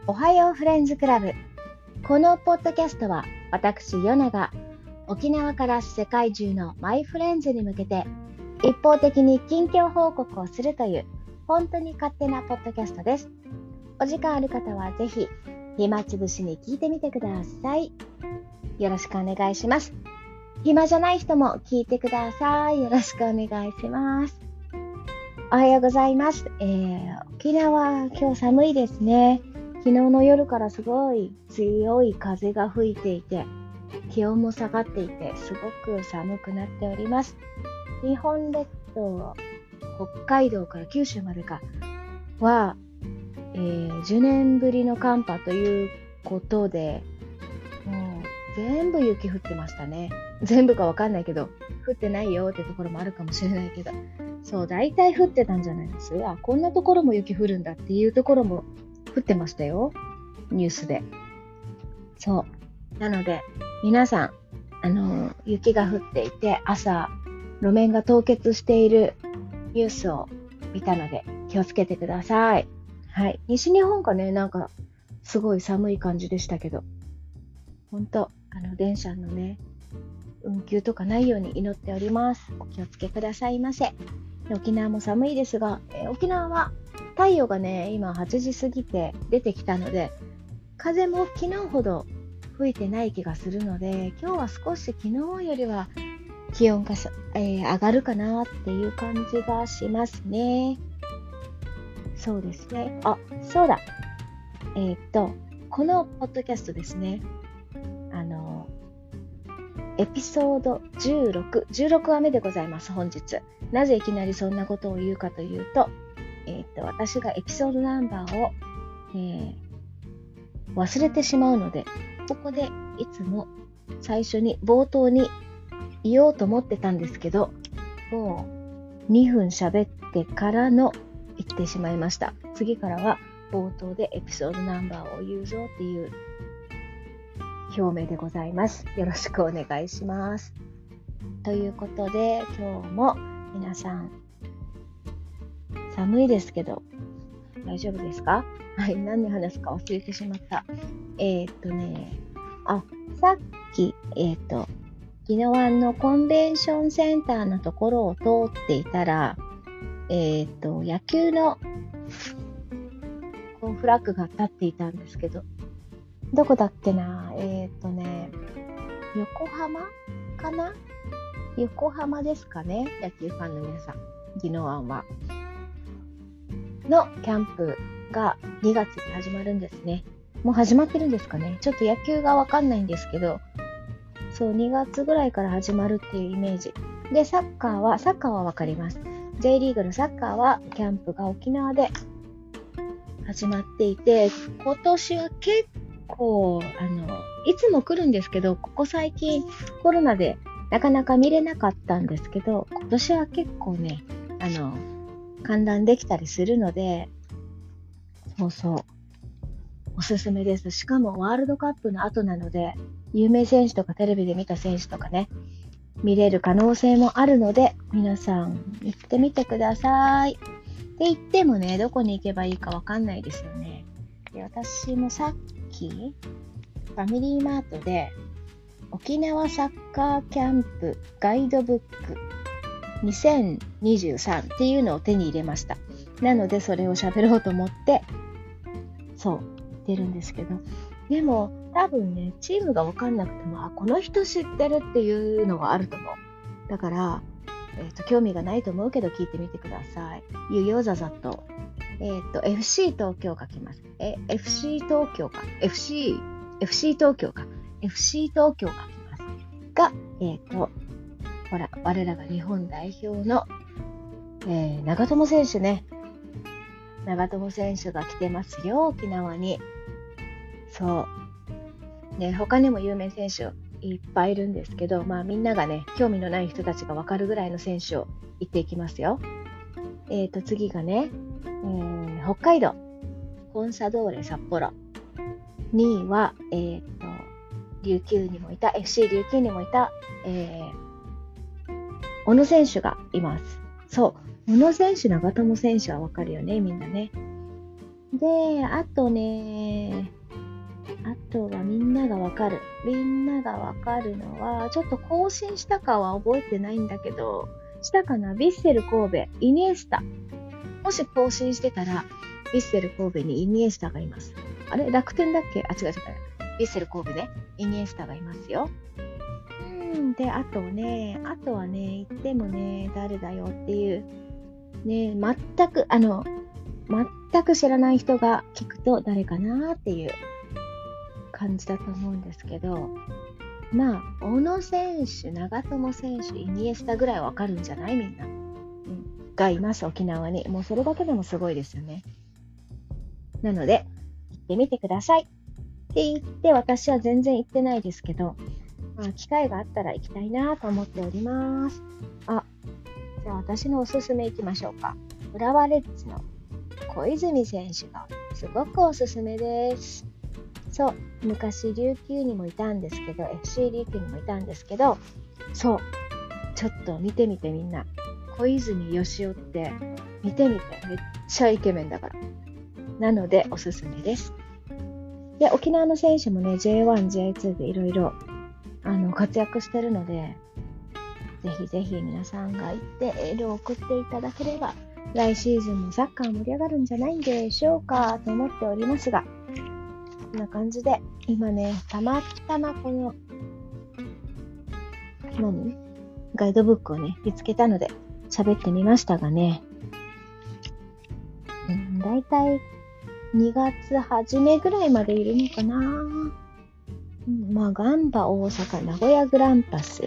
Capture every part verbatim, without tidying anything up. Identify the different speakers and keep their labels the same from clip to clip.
Speaker 1: おはようフレンズクラブ。このポッドキャストは私ヨナが沖縄から世界中のマイフレンズに向けて一方的に近況報告をするという本当に勝手なポッドキャストです。お時間ある方はぜひ暇つぶしに聞いてみてください。よろしくお願いします。暇じゃない人も聞いてください。よろしくお願いします。おはようございます。えー、沖縄今日寒いですね。昨日の夜からすごい強い風が吹いていて気温も下がっていてすごく寒くなっております。日本列島、北海道から九州までかは、えー、じゅうねんぶりの寒波ということでもう全部雪降ってましたね。全部かわかんないけど降ってないよってところもあるかもしれないけど、そう大体降ってたんじゃないです。あ、こんなところも雪降るんだっていうところも降ってましたよ、ニュースで。そうなので皆さん、あの雪が降っていて朝路面が凍結しているニュースを見たので気をつけてください。はい、西日本がねなんかすごい寒い感じでしたけど、本当あの電車のね運休とかないように祈っております。お気をつけくださいませ。沖縄も寒いですが、えー、沖縄は太陽がね今はちじ過ぎて出てきたので風も昨日ほど吹いてない気がするので、今日は少し昨日よりは気温が、えー、上がるかなっていう感じがしますね。そうですね。あ、そうだ。えー、っとこのポッドキャストですね。あのエピソードじゅうろく、じゅうろくわめでございます。本日なぜいきなりそんなことを言うかというと、えー、っと私がエピソードナンバーを、えー、忘れてしまうので、ここでいつも最初に冒頭に言おうと思ってたんですけど、もうにふん喋ってからの言ってしまいました。次からは冒頭でエピソードナンバーを言うぞっていう表明でございます。よろしくお願いします。ということで今日も皆さん寒いですけど大丈夫ですか？はい、何に話すか忘れてしまった。えー、っとね、あ、さっき、えー、っと、宜野湾のコンベンションセンターのところを通っていたら、えー、っと、野球のこうフラッグが立っていたんですけど、どこだっけな、えー、っとね、横浜かな？横浜ですかね、野球ファンの皆さん、宜野湾は。のキャンプがにがつに始まるんですね。もう始まってるんですかね。ちょっと野球がわかんないんですけど、そうにがつぐらいから始まるっていうイメージで、サッカーはサッカーはわかります。 J リーグのサッカーはキャンプが沖縄で始まっていて、今年は結構あのいつも来るんですけど、ここ最近コロナでなかなか見れなかったんですけど、今年は結構ねあの観覧できたりするので、そうそうおすすめです。しかもワールドカップの後なので有名選手とかテレビで見た選手とかね見れる可能性もあるので、皆さん行ってみてください。って言ってもね、どこに行けばいいかわかんないですよね。で、私もさっきファミリーマートで沖縄サッカーキャンプガイドブックにせんにじゅうさんっていうのを手に入れました。なのでそれを喋ろうと思ってそう出るんですけど、でも多分ねチームが分かんなくても、あ、この人知ってるっていうのがあると思う。だから、えーと、興味がないと思うけど聞いてみてください。ゆよざざとえっと エフシー 東京が来ます。え エフシー 東京か エフシー エフシー 東京か エフシー 東京が来ますが、えっとほら、我らが日本代表の、えー、長友選手ね。長友選手が来てますよ、沖縄に。そう。ね、他にも有名選手いっぱいいるんですけど、まあみんながね、興味のない人たちが分かるぐらいの選手を言っていきますよ。えーと、次がね、えー、北海道、コンサドーレ札幌。にいは、えーと、琉球にもいた、エフシー 琉球にもいた、えー、小野選手がいます。そう、小野選手、長友選手はわかるよね、みんなね。 で、あとね、あとはみんながわかる。みんながわかるのは、ちょっと更新したかは覚えてないんだけど、したかな？ヴィッセル神戸、イニエスタ。もし更新してたら、ヴィッセル神戸にイニエスタがいます。あれ楽天だっけ？あ、違う違う。ヴィッセル神戸ね、イニエスタがいますよ。うん、で、あとね、あとはね、言ってもね、誰だよっていう、ね、全く、あの、全く知らない人が聞くと誰かなっていう感じだと思うんですけど、まあ、小野選手、長友選手、イニエスタぐらいわかるんじゃないみんな、うん、がいます、沖縄に。もうそれだけでもすごいですよね。なので、行ってみてください。って言って、私は全然行ってないですけど、まあ、機会があったら行きたいなと思っております。あ、じゃあ私のおすすめ行きましょうか。浦和レッズの小泉選手がすごくおすすめです。そう、昔琉球にもいたんですけど、エフシー 琉球にもいたんですけど、そう、ちょっと見てみてみんな。小泉義雄って見てみて、めっちゃイケメンだから。なのでおすすめです。で、沖縄の選手もね、ジェイワン、ジェイツー でいろいろあの活躍してるので、ぜひぜひ皆さんが行ってエールを送っていただければ、来シーズンもサッカー盛り上がるんじゃないんでしょうかと思っておりますが、こんな感じで、今ね、たまたまこの、何ガイドブックをね、見つけたので、喋ってみましたがね、うん、だいたいにがつはじめぐらいまでいるのかな、うん、まあ、ガンバ大阪、名古屋グランパス、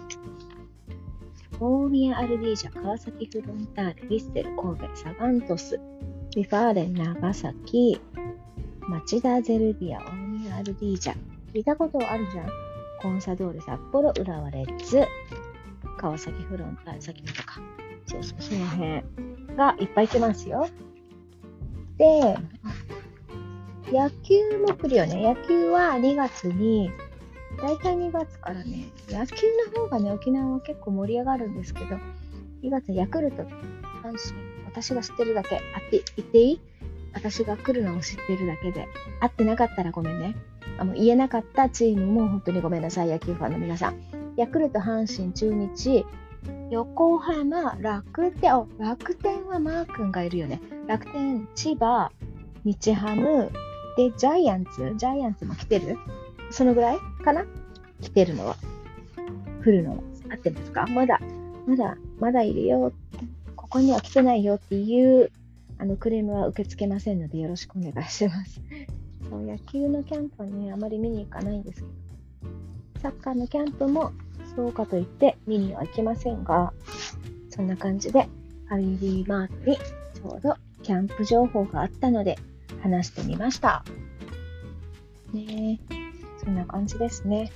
Speaker 1: 大宮アルディージャ、川崎フロンターレ、ヴィッセル神戸、サガン鳥栖、ビファーレン長崎、町田ゼルビア、大宮アルディージャ。聞いたことあるじゃん。コンサドーレ札幌、浦和レッズ、川崎フロンターレ、先とか。そうそう、その辺がいっぱい来ますよ。で、野球も来るよね。野球はにがつに、だいたいにがつからね、野球の方がね、沖縄は結構盛り上がるんですけど、にがつヤクルト、阪神、私が知ってるだけ、あって言っていい？私が来るのを知ってるだけで、会ってなかったらごめんね。あの言えなかったチームも本当にごめんなさい、野球ファンの皆さん。ヤクルト、阪神、中日、横浜、楽天、あ、楽天はマー君がいるよね。楽天、千葉、日ハム、で、ジャイアンツ、ジャイアンツも来てる？そのぐらいかな？来てるのは。来るのは。合ってますか？まだ、まだ、まだいるよ。ここには来てないよっていう、あの、クレームは受け付けませんのでよろしくお願いします。そう、野球のキャンプはね、あまり見に行かないんですけど、サッカーのキャンプもそうかといって見には行きませんが、そんな感じでファミリーマートにちょうどキャンプ情報があったので話してみました。ねえ、そんな感じですね。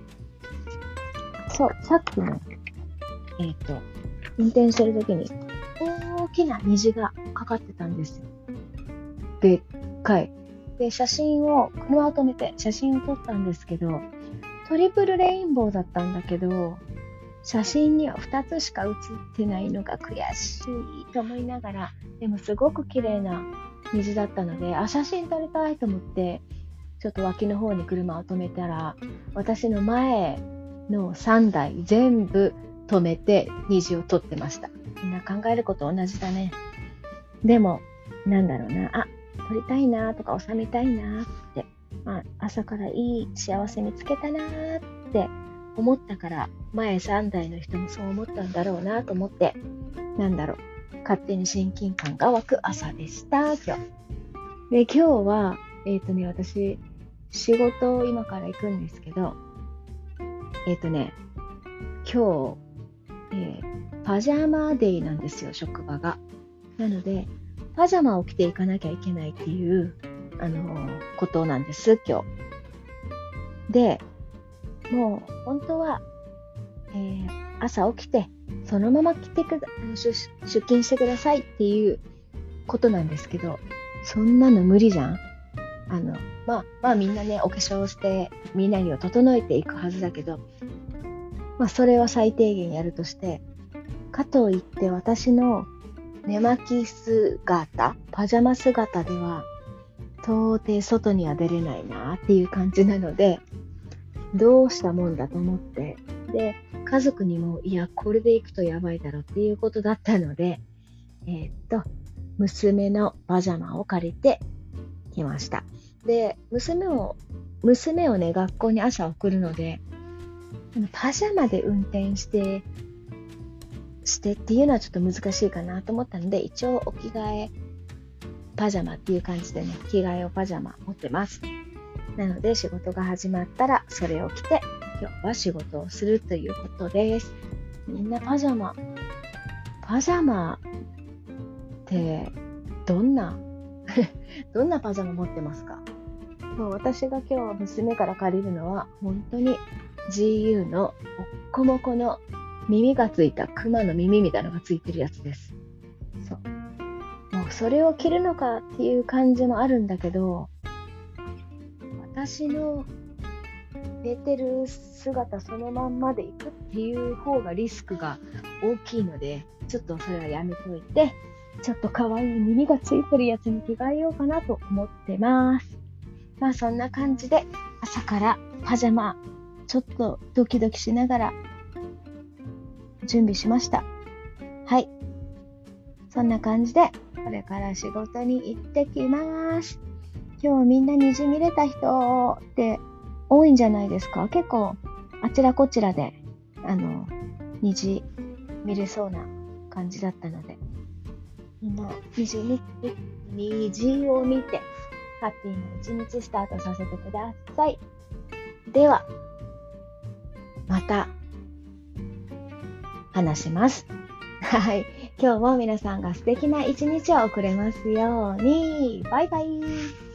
Speaker 1: そう、さっきの、えっと、運転してる時に大きな虹がかかってたんですよ。でっかい。で、写真を、車を止めて写真を撮ったんですけど、トリプルレインボーだったんだけど、写真にはふたつしか写ってないのが悔しいと思いながら、でもすごく綺麗な虹だったので、あ、写真撮りたいと思って、ちょっと脇の方に車を止めたら、私の前のさんだい全部止めて虹を撮ってました。みんな考えること同じだね。でも、なんだろうな、あ、撮りたいなとか収めたいなって、まあ、朝からいい幸せ見つけたなって思ったから、前さんだいの人もそう思ったんだろうなと思って、なんだろう、勝手に親近感が湧く朝でした、今日。で、今日は、えっとね、私、仕事を今から行くんですけど、えっとね、今日、えー、パジャマデイなんですよ、職場が。なので、パジャマを着ていかなきゃいけないっていう、あのー、ことなんです、今日。で、もう、本当は、えー、朝起きて、そのまま来てくだ、あの出、出勤してくださいっていうことなんですけど、そんなの無理じゃん。あの、まあ、まあみんなね、お化粧して、身なりを整えていくはずだけど、まあそれは最低限やるとして、かといって私の寝巻き姿、パジャマ姿では到底外には出れないなっていう感じなので、どうしたもんだと思って、で、家族にも、いや、これで行くとやばいだろっていうことだったので、えーっと、娘のパジャマを借りてきました。で、娘を、娘をね、学校に朝送るので、パジャマで運転して、してっていうのはちょっと難しいかなと思ったので、一応お着替えパジャマっていう感じでね、着替えをパジャマ持ってます。なので仕事が始まったらそれを着て今日は仕事をするということです。みんなパジャマ、パジャマってどんなどんなパジャマ持ってますか？そう、私が今日娘から借りるのは本当に ジーユー のもっこもこの耳がついたクマの耳みたいなのがついてるやつです。そう。もうそれを着るのかっていう感じもあるんだけど、私の出てる姿そのまんまでいくっていう方がリスクが大きいので、ちょっとそれはやめといて、ちょっと可愛い耳がついてるやつに着替えようかなと思ってます。まあそんな感じで朝からパジャマちょっとドキドキしながら準備しました。はい。そんな感じでこれから仕事に行ってきます。今日みんな虹見れた人って多いんじゃないですか？結構あちらこちらであの虹見れそうな感じだったので、みんな虹見虹を見てハッピーな一日スタートさせてください。ではまた話します。はい。今日も皆さんが素敵な一日を送れますように。バイバイ。